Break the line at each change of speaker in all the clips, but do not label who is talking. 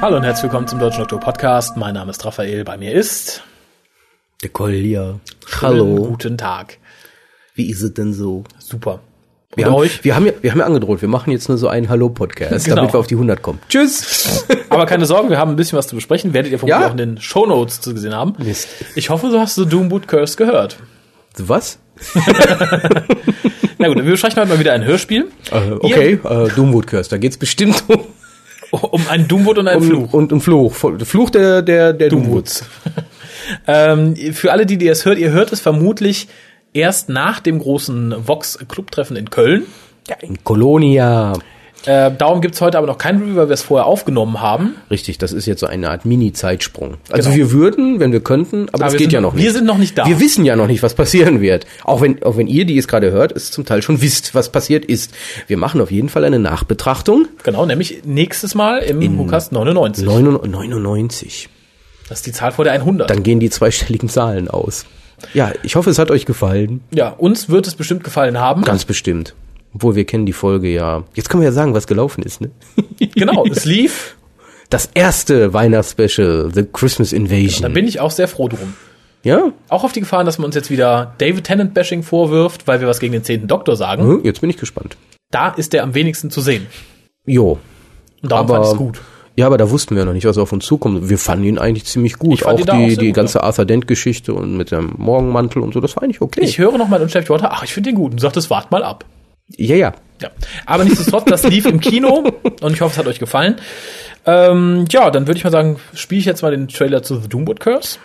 Hallo und herzlich willkommen zum Deutschen Doktor Podcast. Mein Name ist Raphael, bei mir ist
der Kolja.
Hallo. Guten Tag.
Wie ist es denn so?
Super.
Wir haben ja angedroht, wir machen jetzt nur so einen Hallo-Podcast,
genau,
damit wir auf die 100 kommen. Tschüss!
Aber keine Sorgen, wir haben ein bisschen was zu besprechen, werdet ihr vermutlich auch in den Shownotes zu gesehen haben.
Mist.
Ich hoffe, du hast The Doomwood Curse gehört.
Was?
Na gut, wir besprechen heute mal wieder ein Hörspiel.
Doomwood Curse, da geht's bestimmt
um einen Doomwood und einen Fluch.
Und einen Fluch. Fluch der Doomwoods.
Für alle, die es hört, ihr hört es vermutlich erst nach dem großen Vox-Club-Treffen in Köln.
Ja, in Kolonia.
Darum gibt's heute aber noch kein Review, weil wir es vorher aufgenommen haben.
Richtig, das ist jetzt so eine Art Mini-Zeitsprung. Also
genau,
wir würden, wenn wir könnten, aber das geht ja noch nicht.
Wir sind noch nicht da.
Wir wissen ja noch nicht, was passieren wird. Auch wenn ihr, die es gerade hört, es zum Teil schon wisst, was passiert ist. Wir machen auf jeden Fall eine Nachbetrachtung.
Genau, nämlich nächstes Mal im WhoCast 99.
99.
Das ist die Zahl vor der 100.
Dann gehen die zweistelligen Zahlen aus. Ja, ich hoffe, es hat euch gefallen.
Ja, uns wird es bestimmt gefallen haben.
Ganz bestimmt. Obwohl, wir kennen die Folge ja. Jetzt können wir ja sagen, was gelaufen ist, ne?
Genau, es lief
das erste Weihnachtsspecial, The Christmas Invasion.
Ja, da bin ich auch sehr froh drum.
Ja?
Auch auf die Gefahren, dass man uns jetzt wieder David Tennant-Bashing vorwirft, weil wir was gegen den 10. Doktor sagen.
Jetzt bin ich gespannt.
Da ist der am wenigsten zu sehen.
Jo.
Und darum fand ich es gut.
Ja, aber da wussten wir noch nicht, was auf uns zukommt. Wir fanden ihn eigentlich ziemlich gut. Auch die ganze Arthur Dent-Geschichte und mit dem Morgenmantel und so, das war eigentlich okay.
Ich höre noch mal unschärfte Worte, ich finde den gut. Und sagt, das wart mal ab.
Ja.
Aber nichtsdestotrotz, das lief im Kino und ich hoffe, es hat euch gefallen. Dann würde ich mal sagen, spiele ich jetzt mal den Trailer zu The Doomwood Curse.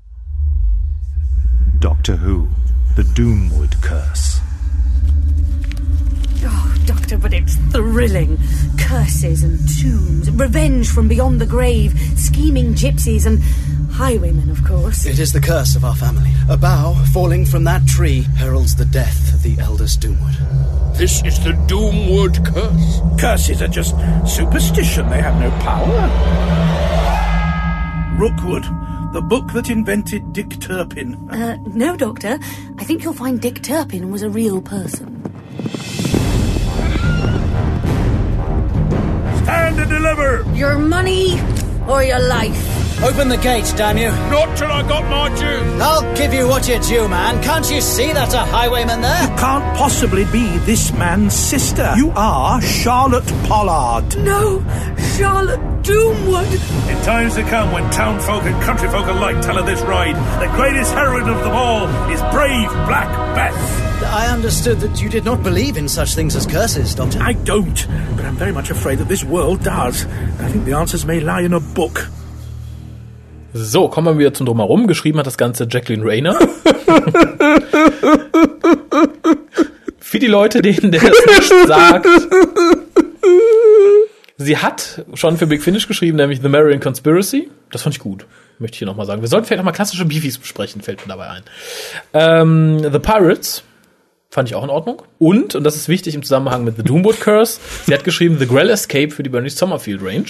Doctor Who, The Doomwood Curse.
Oh, Doctor, but it's thrilling. Curses and tombs, revenge from beyond the grave, scheming gypsies and highwaymen, of course.
It is the curse of our family. A bough falling from that tree heralds the death of the eldest Doomwood.
This is the Doomwood Curse.
Curses are just superstition. They have no power. Rookwood, the book that invented Dick Turpin.
No, Doctor. I think you'll find Dick Turpin was a real person.
Stand and deliver!
Your money or your life?
Open the gate, damn you.
Not till I got my due.
I'll give you what you're due, man. Can't you see that's a highwayman there?
You can't possibly be this man's sister. You are Charlotte Pollard.
No, Charlotte Doomwood.
In times to come, when townfolk and countryfolk alike tell of this ride, the greatest heroine of them all is brave Black Bess.
I understood that you did not believe in such things as curses, Doctor.
I don't, but I'm very much afraid that this world does. I think the answers may lie in a book.
So, kommen wir wieder zum Drumherum. Geschrieben hat das Ganze Jacqueline Rayner. Für die Leute, denen der es nicht sagt. Sie hat schon für Big Finish geschrieben, nämlich The Marian Conspiracy. Das fand ich gut, möchte ich hier nochmal sagen. Wir sollten vielleicht nochmal klassische Beefies besprechen, fällt mir dabei ein. The Pirates fand ich auch in Ordnung. Und das ist wichtig im Zusammenhang mit The Doomwood Curse, sie hat geschrieben The Grell Escape für die Bernie Summerfield Range.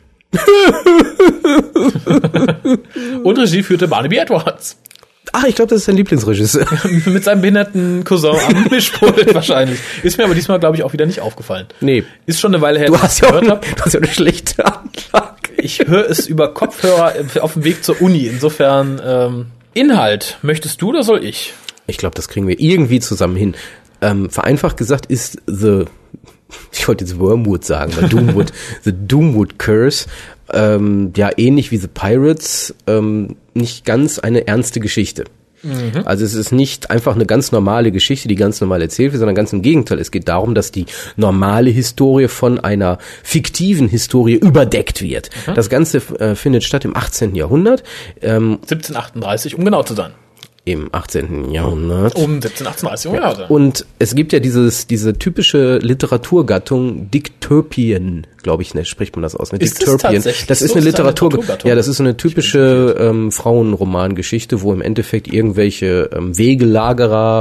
Und Regie führte Barnaby Edwards.
Ach, ich glaube, das ist sein Lieblingsregisseur.
Mit seinem behinderten Cousin am Mischpult wahrscheinlich. Ist mir aber diesmal, glaube ich, auch wieder nicht aufgefallen.
Nee.
Ist schon eine Weile her,
du hast ja eine schlechte Anlage.
Ich höre es über Kopfhörer auf dem Weg zur Uni. Insofern, Inhalt. Möchtest du oder soll ich?
Ich glaube, das kriegen wir irgendwie zusammen hin. Vereinfacht gesagt ist ich wollte jetzt Wormwood sagen, weil The Doomwood Curse, ähnlich wie The Pirates, nicht ganz eine ernste Geschichte. Mhm. Also es ist nicht einfach eine ganz normale Geschichte, die ganz normal erzählt wird, sondern ganz im Gegenteil. Es geht darum, dass die normale Historie von einer fiktiven Historie überdeckt wird. Mhm. Das Ganze findet statt im 18. Jahrhundert.
1738, um genau zu sein.
Im 18. Jahrhundert.
Um 1738, um genau zu sein.
Und es gibt ja diese typische Literaturgattung Dicktörpien, glaube ich, spricht man das aus. Dicktörpien. Das ist eine Literaturgattung. Ja, das ist so eine typische Frauenromangeschichte, wo im Endeffekt irgendwelche Wegelagerer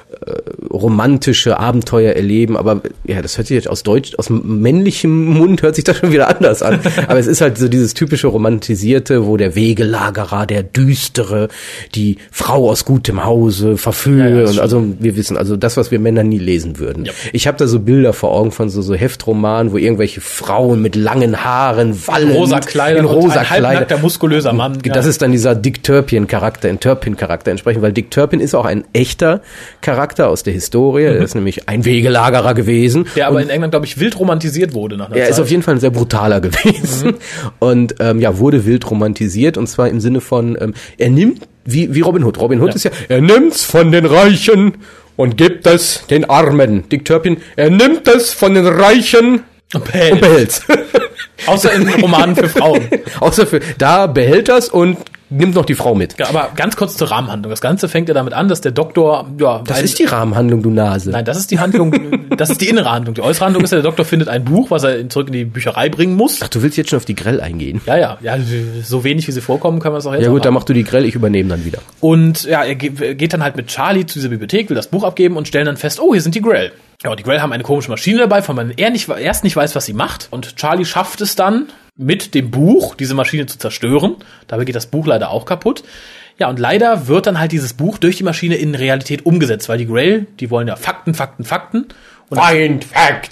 romantische Abenteuer erleben, aber ja, das hört sich jetzt aus männlichem Mund hört sich das schon wieder anders an. Aber es ist halt so dieses typische Romantisierte, wo der Wegelagerer, der Düstere, die Frau aus gutem Hause verführe und also wir wissen, also das, was wir Männer nie lesen würden. Ja. Ich habe da so Bilder vor Augen von so Heftromanen, wo irgendwelche Frauen mit langen Haaren wallend,
in rosa Kleidern
und
ein halbnackter, muskulöser Mann.
Das ist dann dieser Dick Turpin-Charakter entsprechend, weil Dick Turpin ist auch ein echter Charakter aus der Historie. Er ist nämlich ein Wegelagerer gewesen.
Der aber in England, glaube ich, wild romantisiert wurde nach einer Zeit.
Er ist auf jeden Fall ein sehr brutaler gewesen. Und wurde wild romantisiert, und zwar im Sinne von, er nimmt, wie Robin Hood. Robin Hood ist ja, er nimmt's von den Reichen und gibt es den Armen. Dick Turpin, er nimmt es von den Reichen und behält's.
Außer in Romanen für Frauen.
Da behält das und nimmt noch die Frau mit.
Ja, aber ganz kurz zur Rahmenhandlung. Das Ganze fängt ja damit an, dass der Doktor,
Das ist die Rahmenhandlung, du Nase.
Nein, das ist die Handlung, das ist die innere Handlung. Die äußere Handlung ist ja, der Doktor findet ein Buch, was er zurück in die Bücherei bringen muss.
Ach, du willst jetzt schon auf die Grell eingehen?
Ja, so wenig wie sie vorkommen, können wir es auch jetzt
Ja gut, dann mach du die Grell, ich übernehme dann wieder.
Und ja, er geht dann halt mit Charlie zu dieser Bibliothek, will das Buch abgeben und stellen dann fest, oh, hier sind die Grell. Ja, und die Grell haben eine komische Maschine dabei, von der er erst nicht weiß, was sie macht. Und Charlie schafft es dann, mit dem Buch diese Maschine zu zerstören. Dabei geht das Buch leider auch kaputt. Ja, und leider wird dann halt dieses Buch durch die Maschine in Realität umgesetzt, weil die Grell, die wollen ja Fakten. Und
Find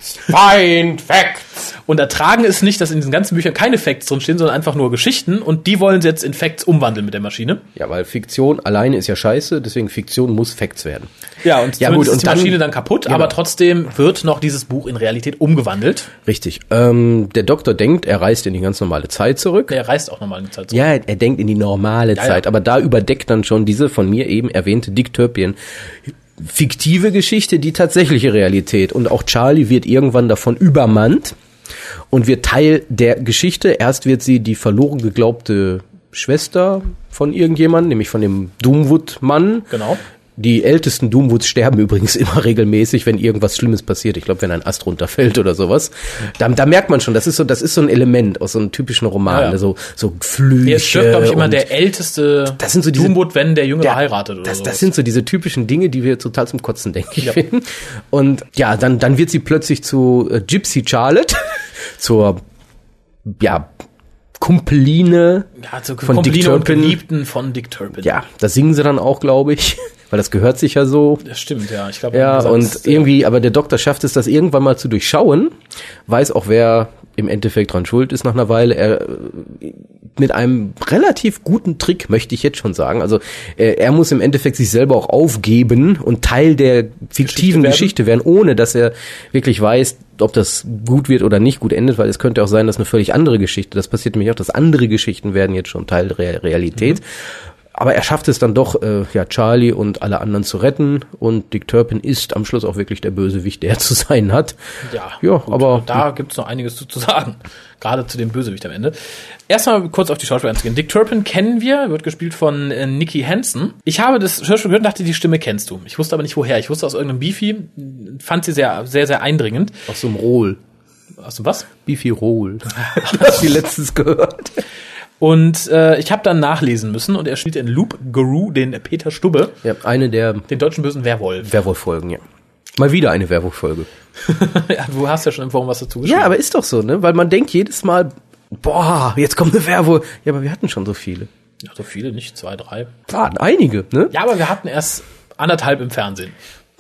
Facts.
Und ertragen es nicht, dass in diesen ganzen Büchern keine Facts drinstehen, sondern einfach nur Geschichten. Und die wollen sie jetzt in Facts umwandeln mit der Maschine.
Ja, weil Fiktion alleine ist ja scheiße, deswegen Fiktion muss Facts werden.
Ja, und ist die Maschine dann kaputt, genau. Aber trotzdem wird noch dieses Buch in Realität umgewandelt.
Richtig. Der Doktor denkt, er reist in die ganz normale Zeit zurück.
Er reist auch nochmal in die Zeit zurück.
Ja, er denkt in die normale Zeit, aber da überdeckt dann schon diese von mir eben erwähnte Dick Turpin fiktive Geschichte, die tatsächliche Realität. Und auch Charlie wird irgendwann davon übermannt und wird Teil der Geschichte. Erst wird sie die verloren geglaubte Schwester von irgendjemandem, nämlich von dem Doomwood-Mann.
Genau.
Die ältesten Doomwoods sterben übrigens immer regelmäßig, wenn irgendwas Schlimmes passiert. Ich glaube, wenn ein Ast runterfällt oder sowas. Da merkt man schon, das ist so ein Element aus so einem typischen Roman,
ja.
So Flüche.
Hier stirbt, glaube ich, immer der älteste
Doomwood,
wenn der Jüngere heiratet oder so.
Das sind so diese typischen Dinge, die wir total zum Kotzen, denke ich, finden. Und ja, dann wird sie plötzlich zu Gypsy Charlotte, zur, Kumpeline
von Dick Turpin. Geliebten von Dick Turpin.
Ja, das singen sie dann auch, glaube ich. Weil das gehört sich ja so.
Das stimmt, ja. Ich glaube,
ja, und irgendwie, aber der Doktor schafft es, das irgendwann mal zu durchschauen, weiß auch, wer im Endeffekt dran schuld ist nach einer Weile. Er mit einem relativ guten Trick, möchte ich jetzt schon sagen. Also er muss im Endeffekt sich selber auch aufgeben und Teil der fiktiven Geschichte werden, ohne dass er wirklich weiß, ob das gut wird oder nicht gut endet, weil es könnte auch sein, dass eine völlig andere Geschichte, das passiert nämlich auch, dass andere Geschichten werden jetzt schon Teil der Realität. Aber er schafft es dann doch, Charlie und alle anderen zu retten, und Dick Turpin ist am Schluss auch wirklich der Bösewicht, der er zu sein hat.
Ja, gut, aber da gibt's noch einiges zu sagen, gerade zu dem Bösewicht am Ende. Erstmal kurz auf die Schauspieler einzugehen. Dick Turpin kennen wir, wird gespielt von Nicky Hansen. Ich habe das Hörspiel gehört und dachte, die Stimme kennst du. Ich wusste aber nicht woher. Ich wusste aus irgendeinem Beefy, fand sie sehr, sehr, sehr eindringend.
Aus so einem Roll.
Aus dem was?
Beefy Roll. Hast du letztens gehört?
Und ich habe dann nachlesen müssen, und er spielt in Loop Guru den Peter Stubbe.
Ja, den
deutschen bösen Werwolf.
Werwolf-Folgen, ja. Mal wieder eine Werwolf-Folge.
Ja, du hast ja schon im Forum was dazu geschrieben.
Ja, aber ist doch so, ne? Weil man denkt jedes Mal, boah, jetzt kommt eine Werwolf. Ja, aber wir hatten schon so viele.
Ja, so viele nicht, 2, 3.
Waren einige, ne?
Ja, aber wir hatten erst 1,5 im Fernsehen.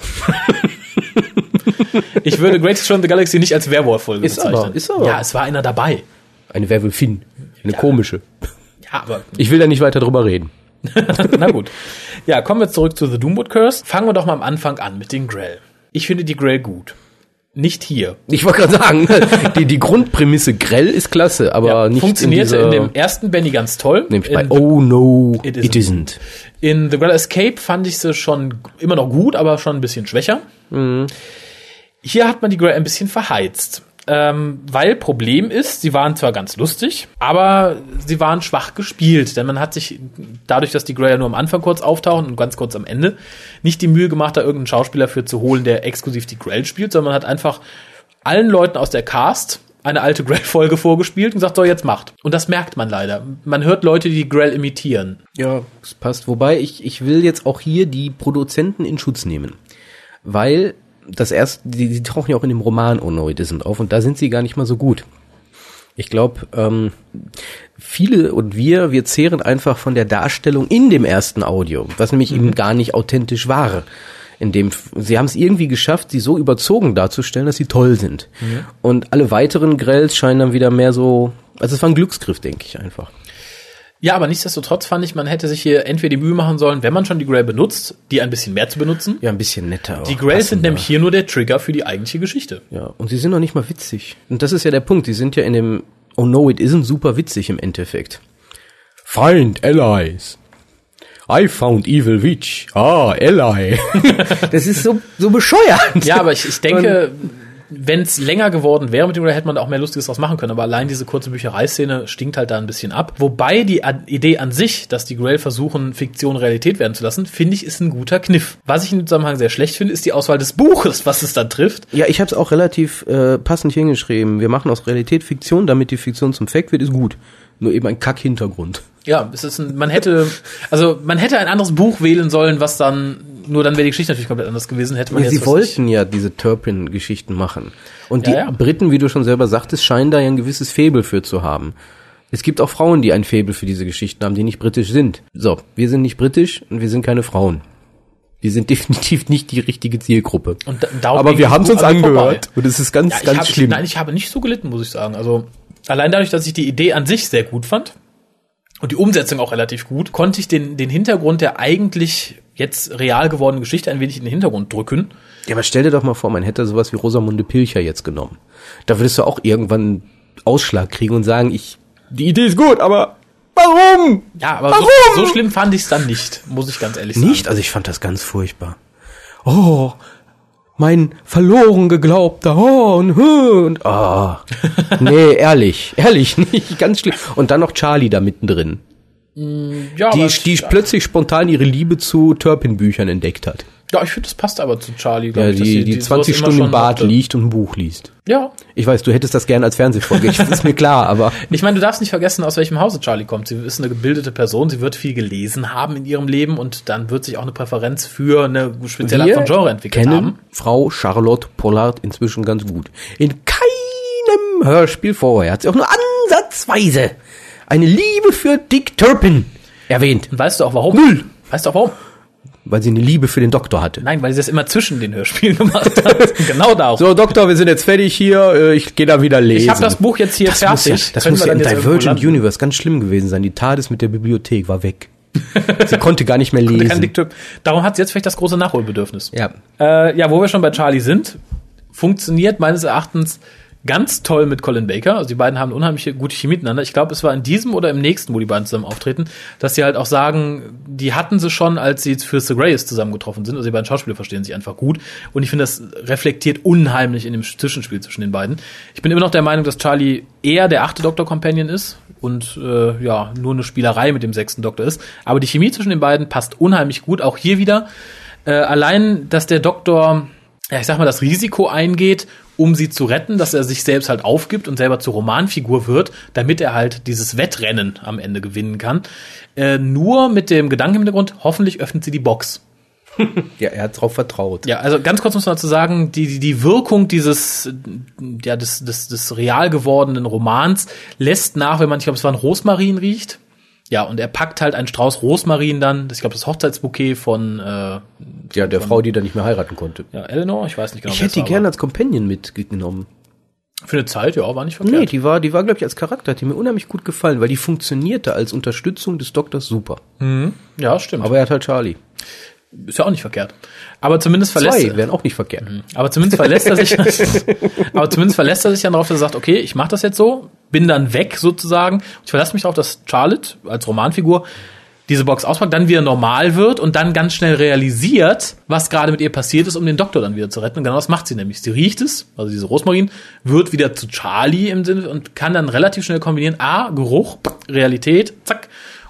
Ich würde Greatest Show in the Galaxy nicht als Werwolf-Folge bezeichnen.
Ist aber.
Ja, es war einer dabei.
Eine Werwolfin. Eine komische.
Ja, aber
ich will da nicht weiter drüber reden.
Na gut. Ja, kommen wir zurück zu The Doomwood Curse. Fangen wir doch mal am Anfang an mit den Grell. Ich finde die Grell gut. Nicht hier.
Ich wollte gerade sagen, die Grundprämisse Grell ist klasse, aber nicht
funktionierte in dem ersten Benny ganz toll.
Nämlich bei Oh No, It Isn't.
In The Great Escape fand ich sie schon immer noch gut, aber schon ein bisschen schwächer. Mhm. Hier hat man die Grell ein bisschen verheizt. Weil Problem ist, sie waren zwar ganz lustig, aber sie waren schwach gespielt, denn man hat sich dadurch, dass die Grey ja nur am Anfang kurz auftauchen und ganz kurz am Ende, nicht die Mühe gemacht, da irgendeinen Schauspieler für zu holen, der exklusiv die Grey spielt, sondern man hat einfach allen Leuten aus der Cast eine alte Grell-Folge vorgespielt und gesagt, so, jetzt macht. Und das merkt man leider. Man hört Leute, die Grell imitieren.
Ja, das passt. Wobei, ich will jetzt auch hier die Produzenten in Schutz nehmen. weil die tauchen ja auch in dem Roman Onoidism auf und da sind sie gar nicht mal so gut. Ich glaube, viele und wir zehren einfach von der Darstellung in dem ersten Audio, was nämlich eben gar nicht authentisch war. Sie haben es irgendwie geschafft, sie so überzogen darzustellen, dass sie toll sind. Und alle weiteren Grells scheinen dann wieder mehr so, also es war ein Glücksgriff, denke ich einfach.
Ja, aber nichtsdestotrotz fand ich, man hätte sich hier entweder die Mühe machen sollen, wenn man schon die Grail benutzt, die ein bisschen mehr zu benutzen.
Ja, ein bisschen netter.
Die Grails sind nämlich hier nur der Trigger für die eigentliche Geschichte.
Ja, und sie sind noch nicht mal witzig. Und das ist ja der Punkt, die sind ja in dem Oh no, it isn't super witzig im Endeffekt. Find allies. I found evil witch. Ally. Das ist so bescheuert.
Ja, aber ich denke, wenn es länger geworden wäre mit dem, hätte man auch mehr Lustiges draus machen können. Aber allein diese kurze Büchereiszene stinkt halt da ein bisschen ab. Wobei die Idee an sich, dass die Grail versuchen, Fiktion Realität werden zu lassen, finde ich, ist ein guter Kniff. Was ich in dem Zusammenhang sehr schlecht finde, ist die Auswahl des Buches, was es dann trifft.
Ja, ich habe es auch relativ passend hingeschrieben. Wir machen aus Realität Fiktion, damit die Fiktion zum Fact wird, ist gut. Nur eben ein Kack-Hintergrund.
Ja, es ist man hätte ein anderes Buch wählen sollen, was dann, nur dann wäre die Geschichte natürlich komplett anders gewesen, hätte man
ja,
jetzt.
Sie wollten ja diese Turpin-Geschichten machen. Und die
Ja.
Briten, wie du schon selber sagtest, scheinen da ja ein gewisses Faible für zu haben. Es gibt auch Frauen, die ein Faible für diese Geschichten haben, die nicht britisch sind. So, wir sind nicht britisch und wir sind keine Frauen. Wir sind definitiv nicht die richtige Zielgruppe.
Und darum
aber
ging
wir
das
haben es
Buch
uns
an mir vorbei.
angehört. Und es ist ganz schlimm.
Nein, ich habe nicht so gelitten, muss ich sagen. Also, allein dadurch, dass ich die Idee an sich sehr gut fand und die Umsetzung auch relativ gut, konnte ich den Hintergrund der eigentlich jetzt real gewordenen Geschichte ein wenig in den Hintergrund drücken.
Ja, aber stell dir doch mal vor, man hätte sowas wie Rosamunde Pilcher jetzt genommen. Da würdest du auch irgendwann einen Ausschlag kriegen und sagen, die Idee ist gut, aber warum?
Ja, aber so schlimm fand ich es dann nicht, muss ich ganz ehrlich sagen.
Nicht? Also ich fand das ganz furchtbar. Oh, mein verloren geglaubter, nee, ehrlich nicht, ganz schlimm. Und dann noch Charlie da mittendrin,
Ja,
die plötzlich spontan ihre Liebe zu Turpin-Büchern entdeckt hat.
Ja, ich finde, das passt aber zu Charlie.
Ja,
Ich, dass
die 20
sowas immer
Stunden im
schon
Bad
mochte.
liegt und ein Buch liest.
Ja.
Ich weiß, du hättest das gerne als Fernsehfolge, das ist mir klar, aber...
Ich meine, du darfst nicht vergessen, aus welchem Hause Charlie kommt. Sie ist eine gebildete Person, sie wird viel gelesen haben in ihrem Leben und dann wird sich auch eine Präferenz für eine spezielle Art von Genre entwickelt
kennen
haben.
Frau Charlotte Pollard inzwischen ganz gut. In keinem Hörspiel vorher hat sie auch nur ansatzweise eine Liebe für Dick Turpin erwähnt.
Und weißt du auch warum?
Null.
Weißt du auch warum?
Weil sie eine Liebe für den Doktor hatte.
Nein, weil sie das immer zwischen den Hörspielen gemacht hat. Genau darum.
So, Doktor, wir sind jetzt fertig hier, ich gehe da wieder lesen.
Ich habe das Buch jetzt hier fertig.
Das
Können
muss
wir
ja
dann
im
jetzt irgendwo
Divergent
landen?
Universe ganz schlimm gewesen sein. Die TARDIS mit der Bibliothek war weg. Sie konnte gar nicht mehr
Kein
lesen.
Dicktyp. Darum hat sie jetzt vielleicht das große Nachholbedürfnis.
Ja.
Ja, wo wir schon bei Charlie sind, funktioniert meines Erachtens ganz toll mit Colin Baker. Also die beiden haben unheimlich gute Chemie miteinander. Ich glaube, es war in diesem oder im nächsten, wo die beiden zusammen auftreten, dass sie halt auch sagen, die hatten sie schon, als sie für The Greys zusammengetroffen sind. Also die beiden Schauspieler verstehen sich einfach gut. Und ich finde, das reflektiert unheimlich in dem Zwischenspiel zwischen den beiden. Ich bin immer noch der Meinung, dass Charlie eher der 8. Doktor-Companion ist und ja, nur eine Spielerei mit dem 6. Doktor ist. Aber die Chemie zwischen den beiden passt unheimlich gut. Auch hier wieder. Allein, dass der Doktor, ja, ich sag mal, das Risiko eingeht, um sie zu retten, dass er sich selbst halt aufgibt und selber zur Romanfigur wird, damit er halt dieses Wettrennen am Ende gewinnen kann. Nur mit dem Gedanken im Hintergrund, hoffentlich öffnet sie die Box.
Ja, er hat drauf vertraut.
Ja, also ganz kurz muss man dazu sagen, die Wirkung des real gewordenen Romans lässt nach, wenn man, ich glaube, es war ein Rosmarin riecht. Ja, und er packt halt einen Strauß Rosmarin dann, ich glaube, das Hochzeitsbouquet von
Der Frau, die da nicht mehr heiraten konnte.
ja, Eleanor, ich weiß nicht genau.
Ich
wer
hätte die
es war,
gerne als Companion mitgenommen.
aber für eine Zeit, ja, war nicht verkehrt.
Nee, die war, glaube ich, als Charakter, hat die mir unheimlich gut gefallen, weil die funktionierte als Unterstützung des Doktors super.
Ja, stimmt.
Aber er hat halt Charlie.
Ist ja auch nicht verkehrt. Aber zumindest verlässt
Zwei wären auch nicht verkehrt.
Aber zumindest verlässt er sich dann darauf, dass er sagt, okay, ich mache das jetzt so, bin dann weg sozusagen. Ich verlasse mich darauf, dass Charlotte als Romanfigur diese Box auspackt, dann wieder normal wird und dann ganz schnell realisiert, was gerade mit ihr passiert ist, um den Doktor dann wieder zu retten. Und genau das macht sie nämlich. Sie riecht es, also diese Rosmarin, wird wieder zu Charlie im Sinne und kann dann relativ schnell kombinieren, Geruch, Realität, zack.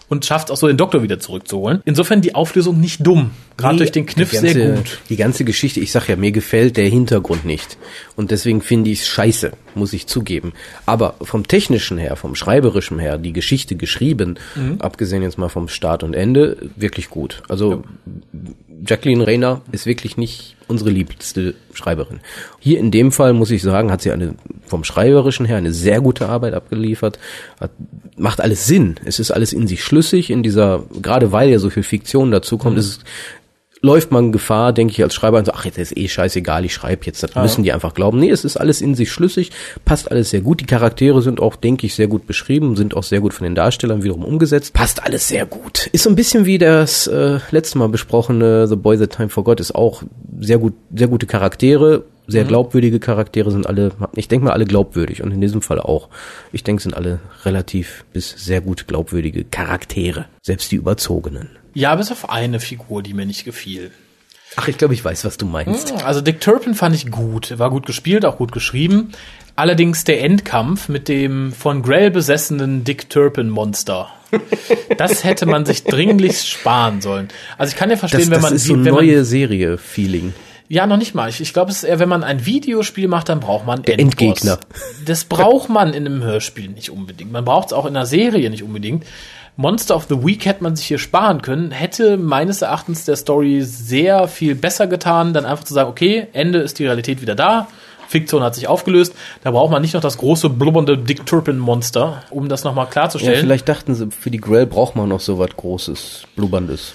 und schafft auch so den Doktor wieder zurückzuholen. Insofern die Auflösung nicht dumm. Gerade durch den Kniff sehr gut.
Die ganze Geschichte, ich sag ja, mir gefällt der Hintergrund nicht. Und deswegen finde ich es scheiße, muss ich zugeben. Aber vom Technischen her, vom Schreiberischen her, die Geschichte geschrieben, abgesehen jetzt mal vom Start und Ende, wirklich gut. Also Jacqueline Rayner ist wirklich nicht unsere liebste Schreiberin. Hier in dem Fall, muss ich sagen, hat sie vom Schreiberischen her eine sehr gute Arbeit abgeliefert. Macht alles Sinn. Es ist alles in sich schlüssig, gerade weil ja so viel Fiktion dazu kommt, läuft man Gefahr, denke ich als Schreiber, ach, jetzt ist scheißegal, ich schreibe jetzt, das müssen die einfach glauben. Nee, es ist alles in sich schlüssig, passt alles sehr gut. Die Charaktere sind auch, denke ich, sehr gut beschrieben, sind auch sehr gut von den Darstellern wiederum umgesetzt. Passt alles sehr gut. Ist so ein bisschen wie das letzte Mal besprochene The Boy That Time Forgot, ist auch sehr gute Charaktere, sehr glaubwürdige Charaktere, sind alle, ich denke mal, alle glaubwürdig und in diesem Fall auch. Ich denke, sind alle relativ bis sehr gut glaubwürdige Charaktere, selbst die Überzogenen.
Ja, bis auf eine Figur, die mir nicht gefiel.
Ach, ich glaube, ich weiß, was du meinst.
Also Dick Turpin fand ich gut. Er war gut gespielt, auch gut geschrieben. Allerdings der Endkampf mit dem von Grell besessenen Dick Turpin-Monster. Das hätte man sich dringlichst sparen sollen. Also ich kann ja verstehen, wenn man...
Das ist so eine neue Serie-Feeling.
Ja, noch nicht mal. Ich glaube, es ist eher, wenn man ein Videospiel macht, dann braucht man
der Endgegner.
Das braucht man in einem Hörspiel nicht unbedingt. Man braucht es auch in einer Serie nicht unbedingt. Monster of the Week hätte man sich hier sparen können, hätte meines Erachtens der Story sehr viel besser getan, dann einfach zu sagen, okay, Ende ist die Realität wieder da, Fiktion hat sich aufgelöst, da braucht man nicht noch das große, blubbernde Dick Turpin-Monster, um das nochmal klarzustellen.
Ja, vielleicht dachten sie, für die Grell braucht man noch so was Großes, Blubberndes.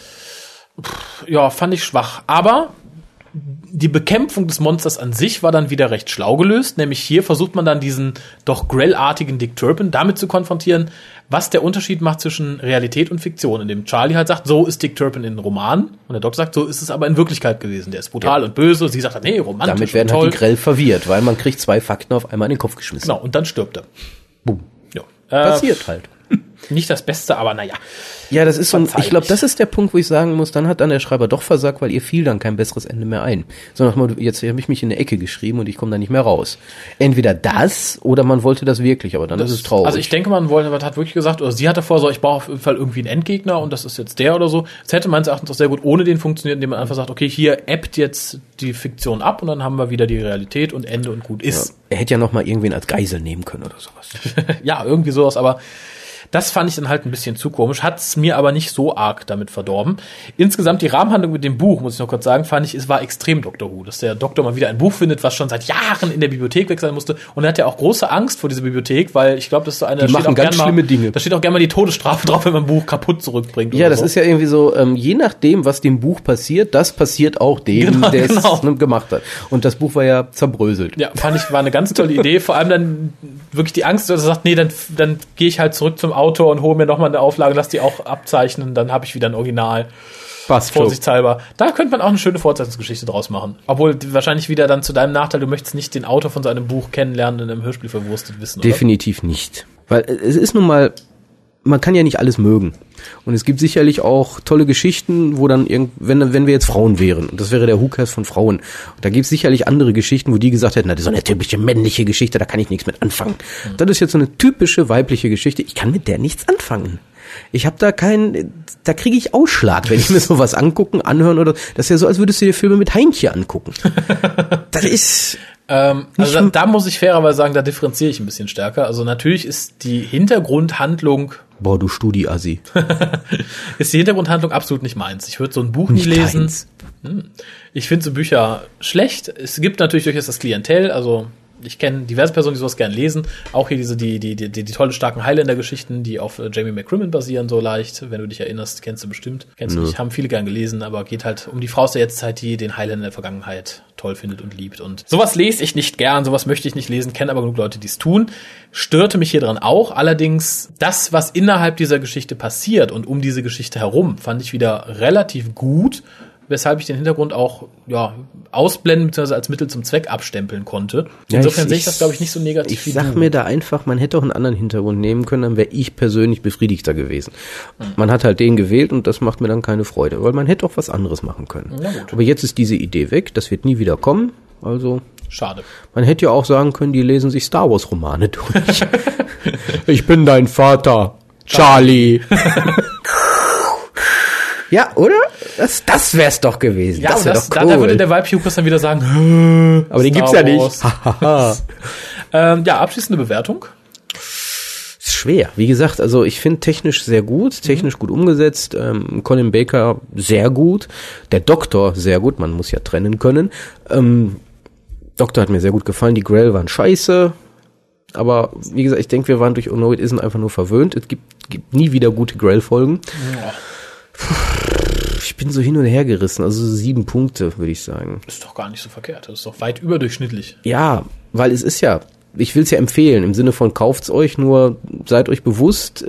Ja, fand ich schwach, aber die Bekämpfung des Monsters an sich war dann wieder recht schlau gelöst, nämlich hier versucht man dann diesen doch Grell-artigen Dick Turpin damit zu konfrontieren, was der Unterschied macht zwischen Realität und Fiktion, indem Charlie halt sagt, so ist Dick Turpin in Roman und der Doktor sagt, so ist es aber in Wirklichkeit gewesen, der ist brutal und böse, sie sagt, nee, romantisch.
Damit werden halt die Grell verwirrt, weil man kriegt 2 Fakten auf einmal in den Kopf geschmissen.
Genau, und dann stirbt er.
Boom.
Ja.
Passiert halt.
Nicht das Beste, aber naja.
Ja, das ist so ich glaube, das ist der Punkt, wo ich sagen muss, dann hat dann der Schreiber doch versagt, weil ihr fiel dann kein besseres Ende mehr ein. Sondern jetzt habe ich mich in eine Ecke geschrieben und ich komme da nicht mehr raus. Entweder das oder man wollte das wirklich, aber dann ist es traurig.
Also ich denke, man hat wirklich gesagt, oder sie hatte vor, so, ich brauche auf jeden Fall irgendwie einen Endgegner und das ist jetzt der oder so. Es hätte meines Erachtens auch sehr gut ohne den funktioniert, indem man einfach sagt, okay, hier ebbt jetzt die Fiktion ab und dann haben wir wieder die Realität und Ende und gut ist.
Ja, er hätte ja noch mal irgendwen als Geisel nehmen können oder sowas.
Ja, irgendwie sowas, aber das fand ich dann halt ein bisschen zu komisch, hat's mir aber nicht so arg damit verdorben. Insgesamt die Rahmenhandlung mit dem Buch, muss ich noch kurz sagen, fand ich, es war extrem Doctor Who, dass der Doktor mal wieder ein Buch findet, was schon seit Jahren in der Bibliothek weg sein musste. Und er hat ja auch große Angst vor dieser Bibliothek, weil ich glaube, das ist so eine...
Die machen ganz schlimme Dinge.
Da steht auch gerne mal die Todesstrafe drauf, wenn man ein Buch kaputt zurückbringt.
Ja, das ist ja irgendwie so, je nachdem, was dem Buch passiert, das passiert auch dem, der es gemacht hat. Und das Buch war ja zerbröselt.
Ja, fand ich, war eine ganz tolle Idee. Vor allem dann wirklich die Angst, dass er sagt, nee, dann gehe ich halt zurück zum Autor und hole mir noch mal eine Auflage, lass die auch abzeichnen, dann habe ich wieder ein Original. Vorsichtshalber. Da könnte man auch eine schöne Fortsetzungsgeschichte draus machen. Obwohl wahrscheinlich wieder dann zu deinem Nachteil, du möchtest nicht den Autor von so einem Buch kennenlernen und in einem Hörspiel verwurstet wissen, oder?
Definitiv nicht. Weil es ist nun mal, man kann ja nicht alles mögen. Und es gibt sicherlich auch tolle Geschichten, wo dann wenn wir jetzt Frauen wären, und das wäre der Who-Cast von Frauen, und da gibt es sicherlich andere Geschichten, wo die gesagt hätten, das ist so eine typische männliche Geschichte, da kann ich nichts mit anfangen. Das ist jetzt so eine typische weibliche Geschichte, ich kann mit der nichts anfangen. Ich habe da da kriege ich Ausschlag, wenn ich mir sowas anhören oder, das ist ja so, als würdest du dir Filme mit Heintje angucken. Das ist...
Also da muss ich fairerweise sagen, da differenziere ich ein bisschen stärker. Also natürlich ist die Hintergrundhandlung...
Boah, du Studi-Assi.
Ist die Hintergrundhandlung absolut nicht meins. Ich würde so ein Buch nie lesen. Ich finde so Bücher schlecht. Es gibt natürlich durchaus das Klientel, also... Ich kenne diverse Personen, die sowas gerne lesen. Auch hier die tolle, starken Highlander-Geschichten, die auf Jamie McCrimmon basieren, so leicht. Wenn du dich erinnerst, kennst du bestimmt. Kennst du nicht, haben viele gern gelesen, aber geht halt um die Frau aus der Jetztzeit, die den Highlander in der Vergangenheit toll findet und liebt. Und sowas lese ich nicht gern, sowas möchte ich nicht lesen, kenne aber genug Leute, die es tun. Störte mich hier dran auch. Allerdings, das, was innerhalb dieser Geschichte passiert und um diese Geschichte herum, fand ich wieder relativ gut, weshalb ich den Hintergrund auch ausblenden bzw. als Mittel zum Zweck abstempeln konnte. Insofern sehe ich das, glaube ich, nicht so negativ.
Ich sag mir da einfach, man hätte auch einen anderen Hintergrund nehmen können, dann wäre ich persönlich befriedigter gewesen. Man hat halt den gewählt und das macht mir dann keine Freude, weil man hätte auch was anderes machen können. Aber jetzt ist diese Idee weg, das wird nie wieder kommen, also...
Schade.
Man hätte ja auch sagen können, die lesen sich Star Wars Romane durch. Ich bin dein Vater, Charlie. Ja, oder? Das wär's doch gewesen.
Ja,
das wäre doch cool.
Da würde der Vibe-Hukas dann wieder sagen,
aber den gibt's ja nicht.
Ja, abschließende Bewertung.
Ist schwer. Wie gesagt, also ich finde technisch sehr gut, technisch gut umgesetzt. Colin Baker sehr gut. Der Doktor sehr gut. Man muss ja trennen können. Doktor hat mir sehr gut gefallen. Die Grell waren scheiße. Aber wie gesagt, ich denke, wir waren durch Oh No It Isn't einfach nur verwöhnt. Es gibt nie wieder gute Grell-Folgen. Ja. Ich bin so hin und her gerissen. Also 7 Punkte, würde ich sagen.
Ist doch gar nicht so verkehrt. Das ist doch weit überdurchschnittlich.
Ja, weil es ist ja, ich will es ja empfehlen, im Sinne von kauft's euch, nur seid euch bewusst,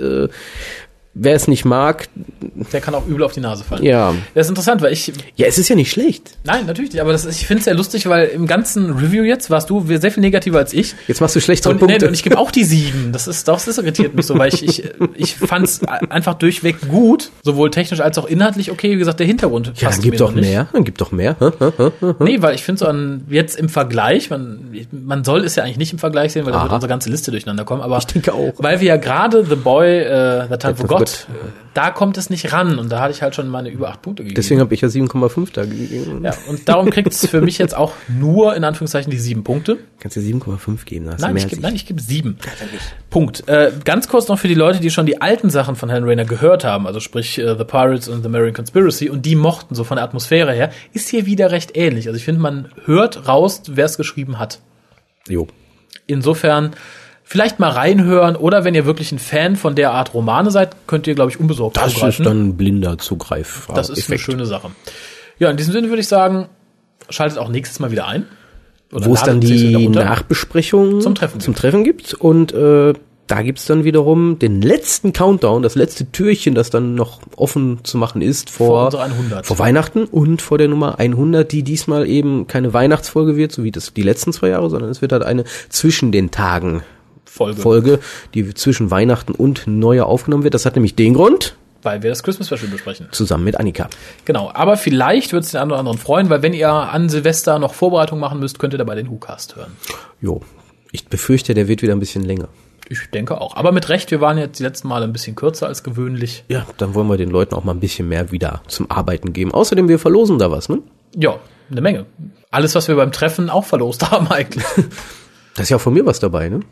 wer es nicht mag,
der kann auch übel auf die Nase fallen.
Ja.
Das ist interessant, weil
ja, es ist ja nicht schlecht.
Nein, natürlich nicht, aber ich finde es sehr lustig, weil im ganzen Review jetzt warst du sehr viel negativer als ich.
Jetzt machst du schlechtere Punkte.
Und ich gebe auch die 7. Das irritiert mich so, weil ich fand es einfach durchweg gut, sowohl technisch als auch inhaltlich okay. Wie gesagt, der Hintergrund
ja,
passt
dann gib doch mehr. Dann gib doch mehr.
Nee, weil ich finde so jetzt im Vergleich, man soll es ja eigentlich nicht im Vergleich sehen, weil da wird unsere ganze Liste durcheinander kommen, aber
ich denke auch.
Weil wir ja gerade The Boy, That Time Forgot, da kommt es nicht ran und da hatte ich halt schon meine über 8 Punkte gegeben.
Deswegen habe ich ja 7,5 da gegeben.
Ja, und darum kriegt es für mich jetzt auch nur, in Anführungszeichen, die 7 Punkte.
Kannst du 7,5 geben?
Nein, ich gebe 7. Punkt. Ganz kurz noch für die Leute, die schon die alten Sachen von Helen Raynor gehört haben, also sprich The Pirates und The Marian Conspiracy, und die mochten, so von der Atmosphäre her, ist hier wieder recht ähnlich. Also ich finde, man hört raus, wer es geschrieben hat.
Jo.
Insofern vielleicht mal reinhören, oder wenn ihr wirklich ein Fan von der Art Romane seid, könnt ihr, glaube ich, unbesorgt zugreifen.
Das ist dann ein blinder Zugreif.
Das ist eine schöne Sache. Ja, in diesem Sinne würde ich sagen, schaltet auch nächstes Mal wieder ein.
Wo es dann die Nachbesprechung zum Treffen gibt. Und da gibt's dann wiederum den letzten Countdown, das letzte Türchen, das dann noch offen zu machen ist vor
unserer 100.
Vor Weihnachten und vor der Nummer 100, die diesmal eben keine Weihnachtsfolge wird, so wie das die letzten 2 Jahre, sondern es wird halt eine zwischen den Tagen Folge, die zwischen Weihnachten und Neujahr aufgenommen wird. Das hat nämlich den Grund,
weil wir das Christmas Special besprechen.
Zusammen mit Annika.
Genau, aber vielleicht wird es den einen oder anderen freuen, weil wenn ihr an Silvester noch Vorbereitung machen müsst, könnt ihr dabei den WhoCast hören.
Jo, ich befürchte, der wird wieder ein bisschen länger.
Ich denke auch. Aber mit Recht, wir waren jetzt die letzten Male ein bisschen kürzer als gewöhnlich.
Ja, dann wollen wir den Leuten auch mal ein bisschen mehr wieder zum Arbeiten geben. Außerdem, wir verlosen da was, ne?
Ja, eine Menge. Alles, was wir beim Treffen auch verlost haben eigentlich.
Da ist ja auch von mir was dabei, ne?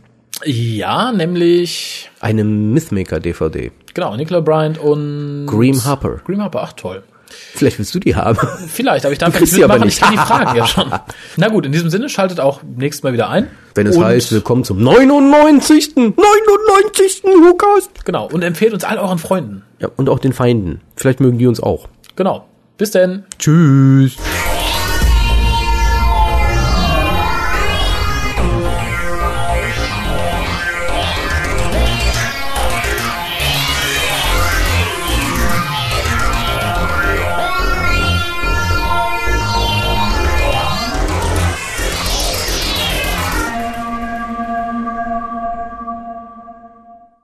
Ja, nämlich
eine Mythmaker-DVD.
Genau, Nicola Bryant und
Graham Harper.
Graham Harper, ach toll.
Vielleicht willst du die haben.
Vielleicht, aber ich darf nicht mitmachen, ich kenne die Fragen ja schon. Na gut, in diesem Sinne, schaltet auch nächstes Mal wieder ein.
Wenn es heißt, willkommen zum 99. WhoCast.
Genau, und empfehlt uns all euren Freunden.
Ja, und auch den Feinden. Vielleicht mögen die uns auch.
Genau. Bis denn.
Tschüss.